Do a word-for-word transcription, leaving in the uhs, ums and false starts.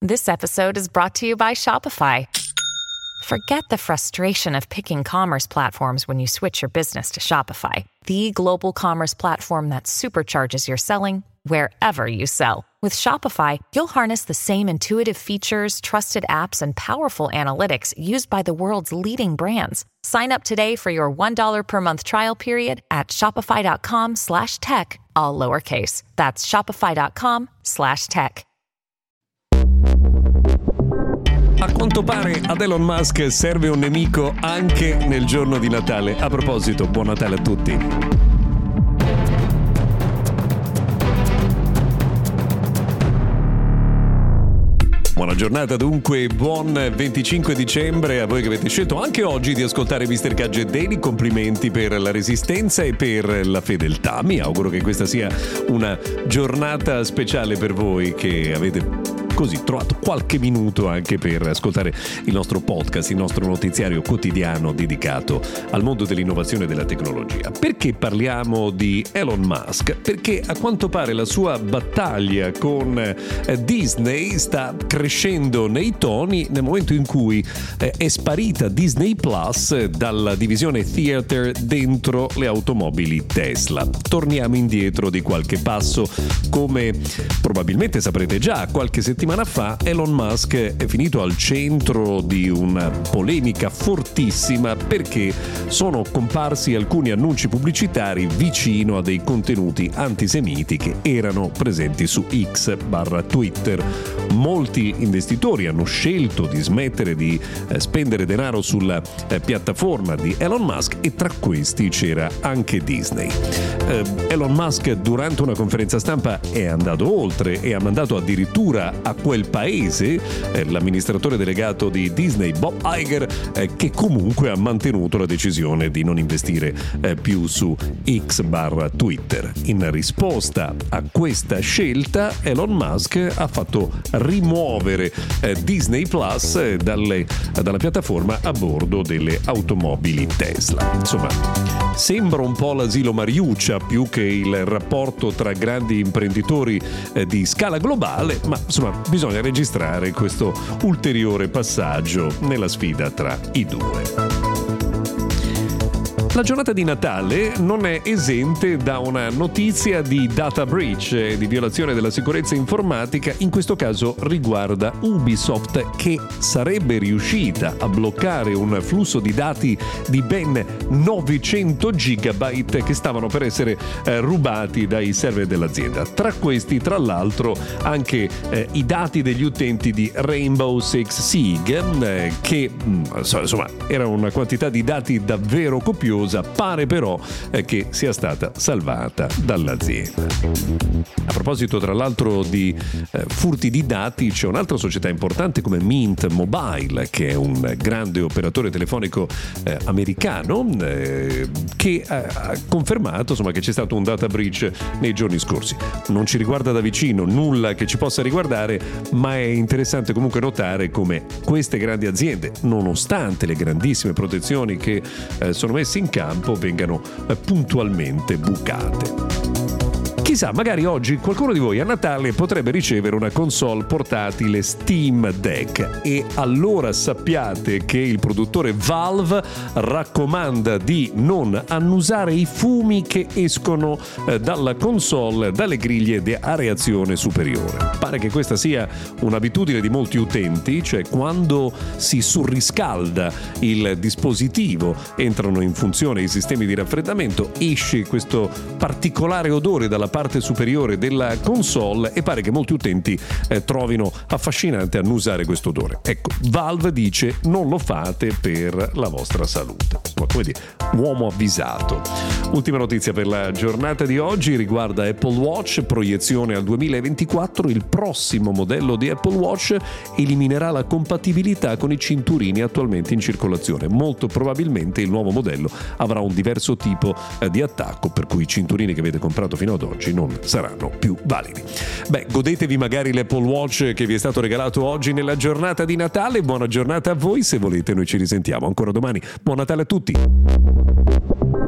This episode is brought to you by Shopify. Forget the frustration of picking commerce platforms when you switch your business to Shopify, the global commerce platform that supercharges your selling wherever you sell. With Shopify, you'll harness the same intuitive features, trusted apps, and powerful analytics used by the world's leading brands. Sign up today for your one dollar per month trial period at shopify.com slash tech, all lowercase. That's shopify.com slash tech. A quanto pare ad Elon Musk serve un nemico anche nel giorno di Natale. A proposito, buon Natale a tutti. Buona giornata dunque, buon venticinque dicembre a voi che avete scelto anche oggi di ascoltare mister Gadget Daily. Complimenti per la resistenza e per la fedeltà. Mi auguro che questa sia una giornata speciale per voi, che avete così trovato qualche minuto anche per ascoltare il nostro podcast, il nostro notiziario quotidiano dedicato al mondo dell'innovazione e della tecnologia. Perché parliamo di Elon Musk? Perché a quanto pare la sua battaglia con eh, Disney sta crescendo nei toni nel momento in cui eh, è sparita Disney Plus dalla divisione Theater dentro le automobili Tesla. Torniamo indietro di qualche passo. Come probabilmente saprete già, qualche settimana Settimana fa Elon Musk è finito al centro di una polemica fortissima perché sono comparsi alcuni annunci pubblicitari vicino a dei contenuti antisemiti che erano presenti su X barra Twitter. Molti investitori hanno scelto di smettere di eh, spendere denaro sulla eh, piattaforma di Elon Musk e tra questi c'era anche Disney. Eh, Elon Musk durante una conferenza stampa è andato oltre e ha mandato addirittura a quel paese eh, l'amministratore delegato di Disney, Bob Iger, eh, che comunque ha mantenuto la decisione di non investire eh, più su X barra Twitter. In risposta a questa scelta, Elon Musk ha fatto rimuovere eh, Disney Plus eh, dalle, dalla piattaforma a bordo delle automobili Tesla. Insomma, sembra un po' l'asilo Mariuccia più che il rapporto tra grandi imprenditori eh, di scala globale, ma insomma bisogna registrare questo ulteriore passaggio nella sfida tra i due. La giornata di Natale non è esente da una notizia di data breach, di violazione della sicurezza informatica. In questo caso riguarda Ubisoft, che sarebbe riuscita a bloccare un flusso di dati di ben novecento gigabyte che stavano per essere eh, rubati dai server dell'azienda. Tra questi, tra l'altro, anche eh, i dati degli utenti di Rainbow Six Siege, eh, che insomma era una quantità di dati davvero copiosa. Pare però eh, che sia stata salvata dall'azienda. A proposito, tra l'altro, di eh, furti di dati, c'è un'altra società importante come Mint Mobile, che è un grande operatore telefonico eh, americano, eh, che ha, ha confermato insomma che c'è stato un data breach nei giorni scorsi. Non ci riguarda da vicino, nulla che ci possa riguardare, ma è interessante comunque notare come queste grandi aziende, nonostante le grandissime protezioni che eh, sono messe in campo, vengano eh, puntualmente bucate. Chissà, magari oggi qualcuno di voi a Natale potrebbe ricevere una console portatile Steam Deck, e allora sappiate che il produttore Valve raccomanda di non annusare i fumi che escono eh, dalla console dalle griglie a reazione superiore. Pare che questa sia un'abitudine di molti utenti, cioè quando si surriscalda il dispositivo, entrano in funzione i sistemi di raffreddamento, esce questo particolare odore dalla parte superiore della console e pare che molti utenti eh, trovino affascinante annusare questo odore. Ecco, Valve dice non lo fate per la vostra salute. Insomma, come dire, uomo avvisato. Ultima notizia per la giornata di oggi riguarda Apple Watch, proiezione al duemilaventiquattro. Il prossimo modello di Apple Watch eliminerà la compatibilità con i cinturini attualmente in circolazione. Molto probabilmente il nuovo modello avrà un diverso tipo eh, di attacco, per cui i cinturini che avete comprato fino ad oggi non saranno più validi. Beh, godetevi magari l'Apple Watch che vi è stato regalato oggi nella giornata di Natale. Buona giornata a voi, se volete noi ci risentiamo ancora domani. Buon Natale a tutti!